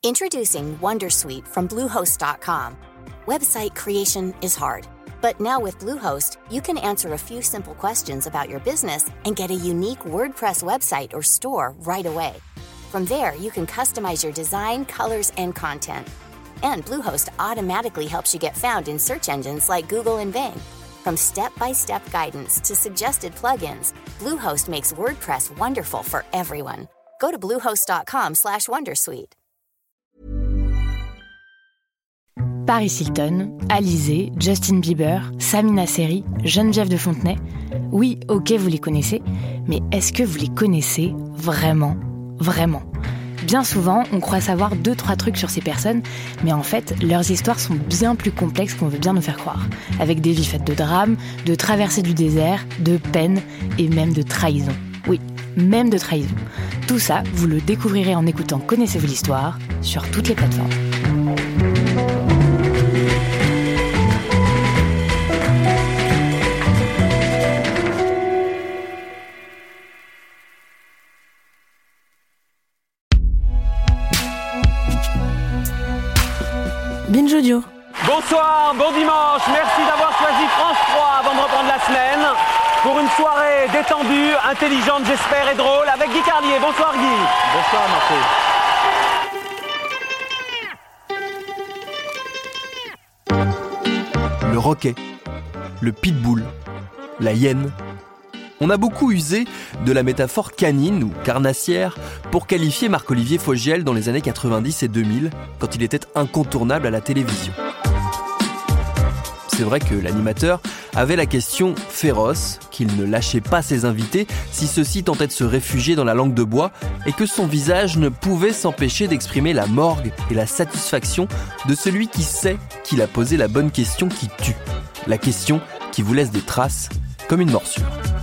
Introducing Wondersuite from Bluehost.com. Website creation is hard, but now with Bluehost, you can answer a few simple questions about your business and get a unique WordPress website or store right away. From there, you can customize your design, colors, and content. And Bluehost automatically helps you get found in search engines like Google and Bing. From step-by-step guidance to suggested plugins, Bluehost makes WordPress wonderful for everyone. Go to bluehost.com/wondersuite. Paris Hilton, Alizé, Justin Bieber, Samina Seri, Geneviève de Fontenay. Oui, ok, vous les connaissez, mais est-ce que vous les connaissez vraiment ? Vraiment ? Bien souvent, on croit savoir 2-3 trucs sur ces personnes, mais en fait, leurs histoires sont bien plus complexes qu'on veut bien nous faire croire, avec des vies faites de drames, de traversées du désert, de peine et même de trahison. Oui, même de trahison. Tout ça, vous le découvrirez en écoutant Connaissez-vous l'histoire sur toutes les plateformes. Binge Audio. Bonsoir, bon dimanche, merci d'avoir choisi France 3 avant de reprendre la semaine pour une soirée détendue, intelligente j'espère et drôle avec Guy Carlier. Bonsoir Guy. Bonsoir Marco. Le roquet, le pitbull, la hyène. On a beaucoup usé de la métaphore canine ou carnassière pour qualifier Marc-Olivier Fogiel dans les années 90 et 2000, quand il était incontournable à la télévision. C'est vrai que l'animateur avait la question féroce, qu'il ne lâchait pas ses invités si ceux-ci tentaient de se réfugier dans la langue de bois et que son visage ne pouvait s'empêcher d'exprimer la morgue et la satisfaction de celui qui sait qu'il a posé la bonne question qui tue. La question qui vous laisse des traces comme une morsure.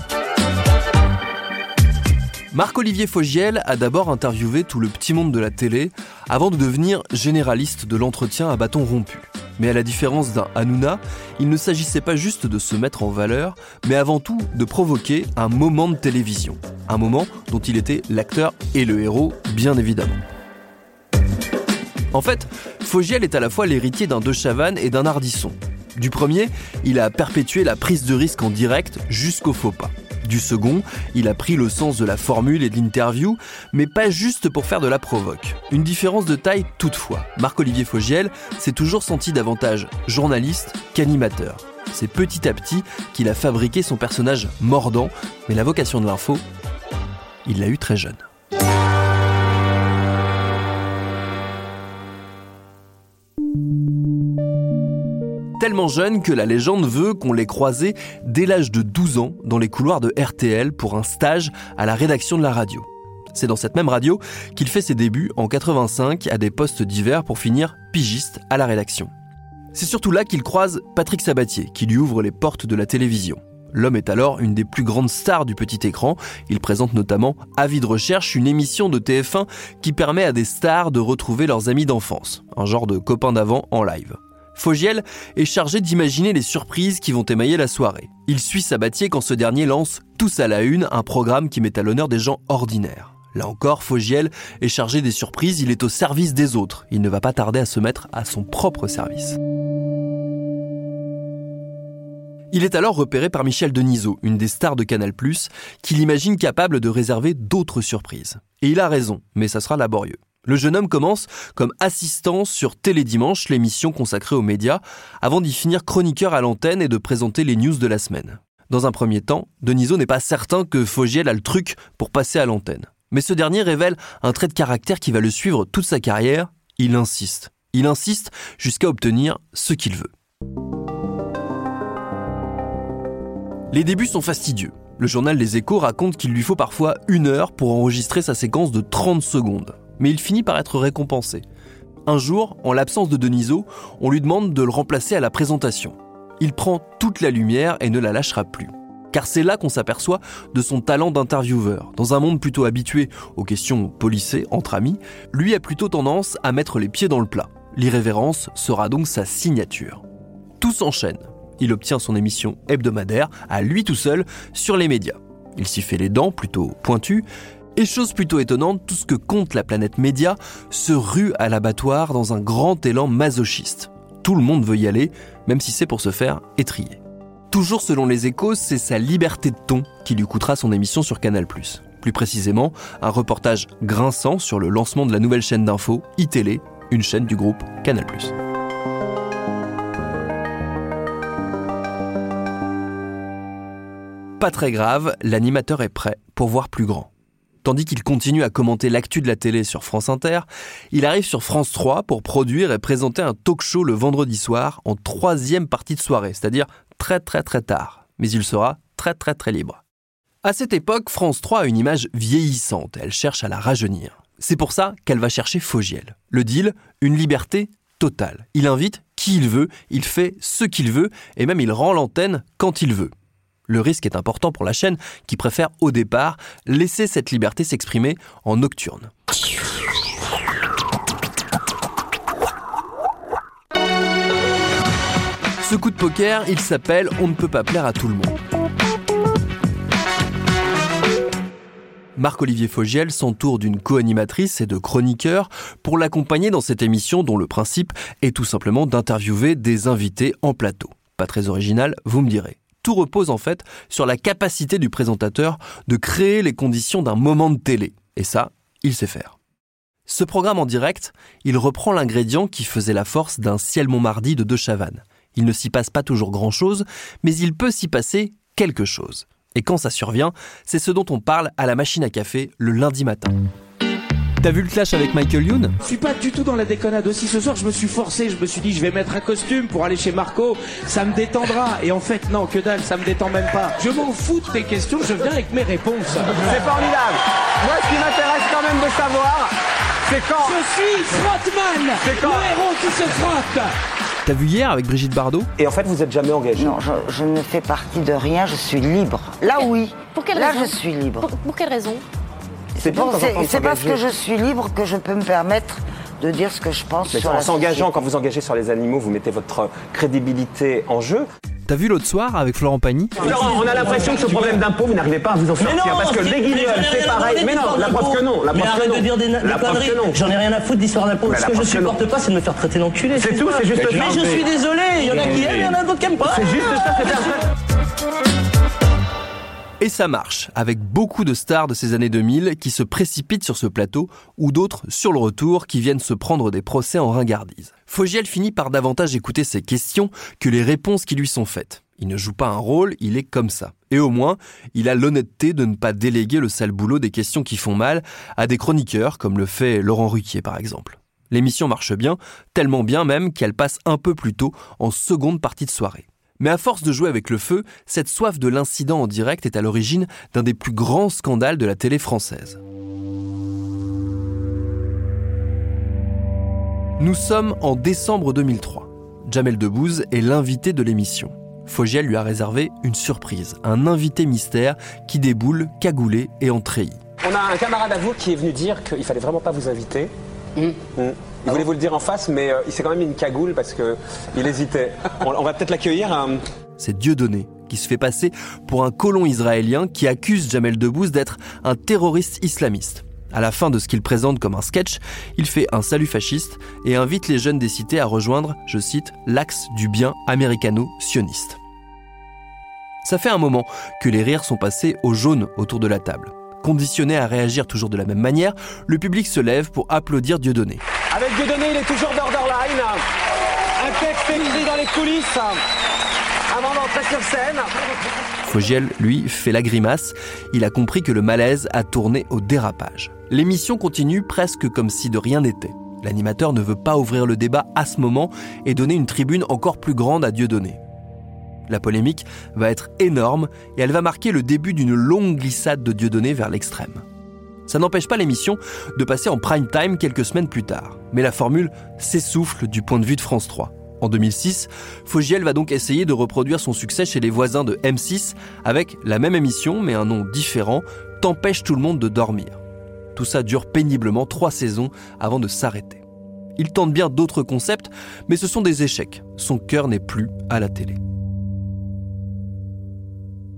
Marc-Olivier Fogiel a d'abord interviewé tout le petit monde de la télé avant de devenir généraliste de l'entretien à bâton rompu. Mais à la différence d'un Hanouna, il ne s'agissait pas juste de se mettre en valeur, mais avant tout de provoquer un moment de télévision. Un moment dont il était l'acteur et le héros, bien évidemment. En fait, Fogiel est à la fois l'héritier d'un De Chavannes et d'un Ardisson. Du premier, il a perpétué la prise de risque en direct jusqu'au faux pas. Du second, il a pris le sens de la formule et de l'interview, mais pas juste pour faire de la provoque. Une différence de taille toutefois. Marc-Olivier Fogiel s'est toujours senti davantage journaliste qu'animateur. C'est petit à petit qu'il a fabriqué son personnage mordant, mais la vocation de l'info, il l'a eu très jeune. Tellement jeune que la légende veut qu'on l'ait croisé dès l'âge de 12 ans dans les couloirs de RTL pour un stage à la rédaction de la radio. C'est dans cette même radio qu'il fait ses débuts en 85 à des postes divers pour finir pigiste à la rédaction. C'est surtout là qu'il croise Patrick Sabatier, qui lui ouvre les portes de la télévision. L'homme est alors une des plus grandes stars du petit écran. Il présente notamment Avis de recherche, une émission de TF1 qui permet à des stars de retrouver leurs amis d'enfance, un genre de copain d'avant en live. Fogiel est chargé d'imaginer les surprises qui vont émailler la soirée. Il suit Sabatier quand ce dernier lance Tous à la une, un programme qui met à l'honneur des gens ordinaires. Là encore, Fogiel est chargé des surprises, il est au service des autres. Il ne va pas tarder à se mettre à son propre service. Il est alors repéré par Michel Denisot, une des stars de Canal+, qui l'imagine capable de réserver d'autres surprises. Et il a raison, mais ça sera laborieux. Le jeune homme commence comme assistant sur Télédimanche, l'émission consacrée aux médias, avant d'y finir chroniqueur à l'antenne et de présenter les news de la semaine. Dans un premier temps, Denisot n'est pas certain que Fogiel a le truc pour passer à l'antenne. Mais ce dernier révèle un trait de caractère qui va le suivre toute sa carrière. Il insiste. Il insiste jusqu'à obtenir ce qu'il veut. Les débuts sont fastidieux. Le journal Les Échos raconte qu'il lui faut parfois 1 heure pour enregistrer sa séquence de 30 secondes. Mais il finit par être récompensé. Un jour, en l'absence de Denisot, on lui demande de le remplacer à la présentation. Il prend toute la lumière et ne la lâchera plus. Car c'est là qu'on s'aperçoit de son talent d'intervieweur. Dans un monde plutôt habitué aux questions policées entre amis, lui a plutôt tendance à mettre les pieds dans le plat. L'irrévérence sera donc sa signature. Tout s'enchaîne. Il obtient son émission hebdomadaire, à lui tout seul, sur les médias. Il s'y fait les dents, plutôt pointues, Et chose plutôt étonnante, tout ce que compte la planète média se rue à l'abattoir dans un grand élan masochiste. Tout le monde veut y aller, même si c'est pour se faire étriller. Toujours selon les Échos, c'est sa liberté de ton qui lui coûtera son émission sur Canal+. Plus précisément, un reportage grinçant sur le lancement de la nouvelle chaîne d'infos, iTélé, une chaîne du groupe Canal+. Pas très grave, l'animateur est prêt pour voir plus grand. Tandis qu'il continue à commenter l'actu de la télé sur France Inter, il arrive sur France 3 pour produire et présenter un talk-show le vendredi soir en 3e partie de soirée, c'est-à-dire très tard. Mais il sera très libre. À cette époque, France 3 a une image vieillissante, elle cherche à la rajeunir. C'est pour ça qu'elle va chercher Fogiel. Le deal, une liberté totale. Il invite qui il veut, il fait ce qu'il veut, et même il rend l'antenne quand il veut. Le risque est important pour la chaîne qui préfère au départ laisser cette liberté s'exprimer en nocturne. Ce coup de poker, il s'appelle « On ne peut pas plaire à tout le monde ». Marc-Olivier Fogiel s'entoure d'une co-animatrice et de chroniqueurs pour l'accompagner dans cette émission dont le principe est tout simplement d'interviewer des invités en plateau. Pas très original, vous me direz. Tout repose en fait sur la capacité du présentateur de créer les conditions d'un moment de télé. Et ça, il sait faire. Ce programme en direct, il reprend l'ingrédient qui faisait la force d'un Ciel Montmardi de De Chavannes. Il ne s'y passe pas toujours grand-chose, mais il peut s'y passer quelque chose. Et quand ça survient, c'est ce dont on parle à la machine à café le lundi matin. T'as vu le clash avec Michael Youn ? Je suis pas du tout dans la déconnade aussi. Ce soir, je me suis forcé, je me suis dit, je vais mettre un costume pour aller chez Marco, ça me détendra. Et en fait, non, que dalle, ça me détend même pas. Je m'en fous de tes questions, je viens avec mes réponses. C'est formidable. Moi, ce qui m'intéresse quand même de savoir, c'est quand... Je suis Frottman, le héros qui se frotte. T'as vu hier avec Brigitte Bardot ? Et en fait, vous êtes jamais engagé ? Non, je ne fais partie de rien, je suis libre. Là, oui. Pour quelle Là, raison ? je suis libre. Pour quelle raison ? C'est parce que je suis libre que je peux me permettre de dire ce que je pense sur la société. Quand vous engagez sur les animaux, vous mettez votre crédibilité en jeu. T'as vu l'autre soir avec Florent Pagny ? Florent, on a l'impression que ce problème d'impôt, vous n'arrivez pas à vous en sortir. Parce que les guignols, c'est pareil. Mais non, la preuve que non. Mais arrête de dire des conneries. J'en ai rien à foutre d'histoire d'impôt. Ce que je supporte pas, c'est de me faire traiter d'enculé. C'est tout, c'est juste ça. Mais je suis désolé, il y en a qui aiment, il y en a d'autres qui aiment pas. C'est juste ça, c'est ça. Et ça marche, avec beaucoup de stars de ces années 2000 qui se précipitent sur ce plateau, ou d'autres sur le retour qui viennent se prendre des procès en ringardise. Fogiel finit par davantage écouter ses questions que les réponses qui lui sont faites. Il ne joue pas un rôle, il est comme ça. Et au moins, il a l'honnêteté de ne pas déléguer le sale boulot des questions qui font mal à des chroniqueurs, comme le fait Laurent Ruquier par exemple. L'émission marche bien, tellement bien même qu'elle passe un peu plus tôt en seconde partie de soirée. Mais à force de jouer avec le feu, cette soif de l'incident en direct est à l'origine d'un des plus grands scandales de la télé française. Nous sommes en décembre 2003. Jamel Debbouze est l'invité de l'émission. Fogiel lui a réservé une surprise, un invité mystère qui déboule, cagoulé et en treillis. On a un camarade à vous qui est venu dire qu'il fallait vraiment pas vous inviter. Il voulait vous le dire en face, mais il s'est quand même mis une cagoule parce qu'il hésitait. On va peut-être l'accueillir. C'est Dieudonné qui se fait passer pour un colon israélien qui accuse Jamel Debbouze d'être un terroriste islamiste. À la fin de ce qu'il présente comme un sketch, il fait un salut fasciste et invite les jeunes des cités à rejoindre, je cite, l'axe du bien américano-sioniste. Ça fait un moment que les rires sont passés au jaune autour de la table. Conditionné à réagir toujours de la même manière, le public se lève pour applaudir Dieudonné. Avec Dieudonné, il est toujours borderline. Un texte écrit dans les coulisses avant d'entrer sur scène. Fogiel, lui, fait la grimace. Il a compris que le malaise a tourné au dérapage. L'émission continue presque comme si de rien n'était. L'animateur ne veut pas ouvrir le débat à ce moment et donner une tribune encore plus grande à Dieudonné. La polémique va être énorme et elle va marquer le début d'une longue glissade de Dieudonné vers l'extrême. Ça n'empêche pas l'émission de passer en prime time quelques semaines plus tard. Mais la formule s'essouffle du point de vue de France 3. En 2006, Fogiel va donc essayer de reproduire son succès chez les voisins de M6 avec la même émission mais un nom différent, T'empêche tout le monde de dormir. Tout ça dure péniblement 3 saisons avant de s'arrêter. Il tente bien d'autres concepts, mais ce sont des échecs. Son cœur n'est plus à la télé.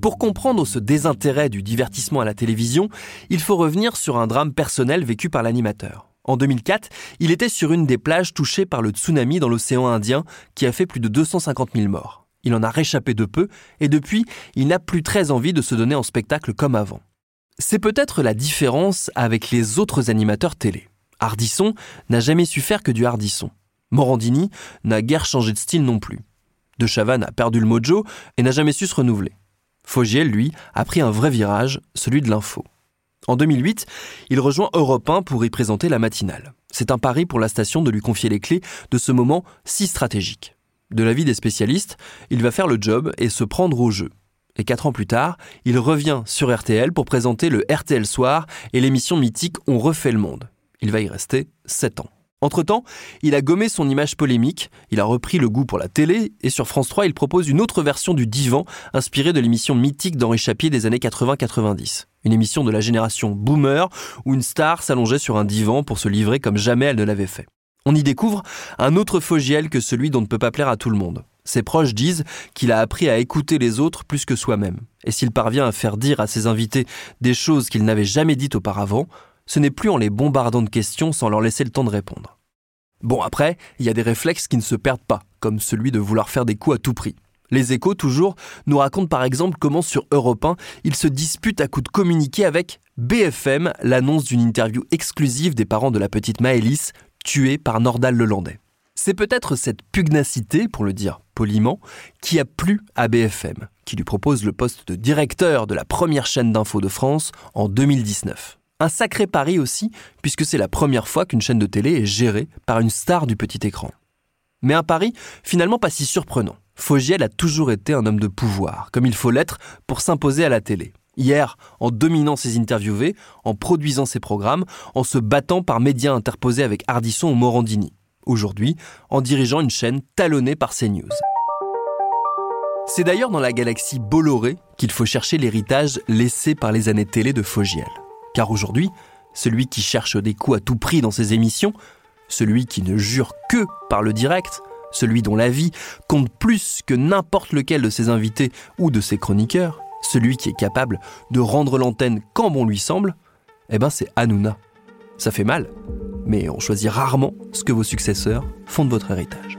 Pour comprendre ce désintérêt du divertissement à la télévision, il faut revenir sur un drame personnel vécu par l'animateur. En 2004, il était sur une des plages touchées par le tsunami dans l'océan Indien qui a fait plus de 250 000 morts. Il en a réchappé de peu et depuis, il n'a plus très envie de se donner en spectacle comme avant. C'est peut-être la différence avec les autres animateurs télé. Ardisson n'a jamais su faire que du Ardisson. Morandini n'a guère changé de style non plus. De Chavannes a perdu le mojo et n'a jamais su se renouveler. Fogiel, lui, a pris un vrai virage, celui de l'info. En 2008, il rejoint Europe 1 pour y présenter la matinale. C'est un pari pour la station de lui confier les clés de ce moment si stratégique. De l'avis des spécialistes, il va faire le job et se prendre au jeu. Et 4 ans plus tard, il revient sur RTL pour présenter le RTL Soir et l'émission mythique On refait le monde. Il va y rester 7 ans. Entre-temps, il a gommé son image polémique, il a repris le goût pour la télé et sur France 3, il propose une autre version du Divan inspirée de l'émission mythique d'Henri Chapier des années 80-90. Une émission de la génération boomer où une star s'allongeait sur un divan pour se livrer comme jamais elle ne l'avait fait. On y découvre un autre Fogiel que celui dont ne peut pas plaire à tout le monde. Ses proches disent qu'il a appris à écouter les autres plus que soi-même. Et s'il parvient à faire dire à ses invités des choses qu'il n'avait jamais dites auparavant, ce n'est plus en les bombardant de questions sans leur laisser le temps de répondre. Bon, après, il y a des réflexes qui ne se perdent pas, comme celui de vouloir faire des coups à tout prix. Les Échos, toujours, nous racontent par exemple comment sur Europe 1, il se dispute à coups de communiquer avec BFM l'annonce d'une interview exclusive des parents de la petite Maëlys, tuée par Nordal Lelandais. C'est peut-être cette pugnacité, pour le dire poliment, qui a plu à BFM, qui lui propose le poste de directeur de la première chaîne d'info de France en 2019. Un sacré pari aussi, puisque c'est la première fois qu'une chaîne de télé est gérée par une star du petit écran. Mais un pari finalement pas si surprenant. Fogiel a toujours été un homme de pouvoir, comme il faut l'être pour s'imposer à la télé. Hier, en dominant ses interviewés, en produisant ses programmes, en se battant par médias interposés avec Ardisson ou Morandini. Aujourd'hui, en dirigeant une chaîne talonnée par CNews. C'est d'ailleurs dans la galaxie Bolloré qu'il faut chercher l'héritage laissé par les années télé de Fogiel. Car aujourd'hui, celui qui cherche des coups à tout prix dans ses émissions, celui qui ne jure que par le direct, celui dont la vie compte plus que n'importe lequel de ses invités ou de ses chroniqueurs, celui qui est capable de rendre l'antenne quand bon lui semble, c'est Hanouna. Ça fait mal, mais on choisit rarement ce que vos successeurs font de votre héritage.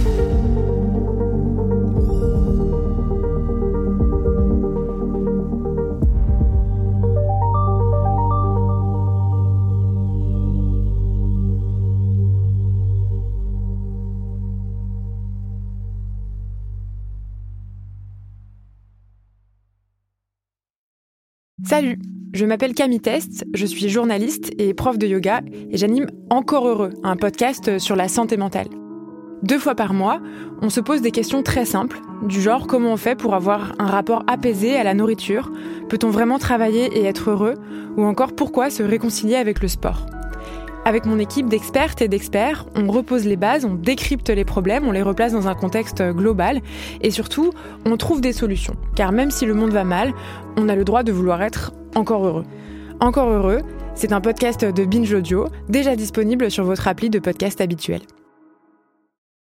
Salut, je m'appelle Camille Test, je suis journaliste et prof de yoga et j'anime Encore Heureux, un podcast sur la santé mentale. 2 fois par mois, on se pose des questions très simples, du genre comment on fait pour avoir un rapport apaisé à la nourriture, peut-on vraiment travailler et être heureux, ou encore pourquoi se réconcilier avec le sport. Avec mon équipe d'expertes et d'experts, on repose les bases, on décrypte les problèmes, on les replace dans un contexte global et surtout, on trouve des solutions. Car même si le monde va mal, on a le droit de vouloir être encore heureux. Encore Heureux, c'est un podcast de Binge Audio, déjà disponible sur votre appli de podcast habituel.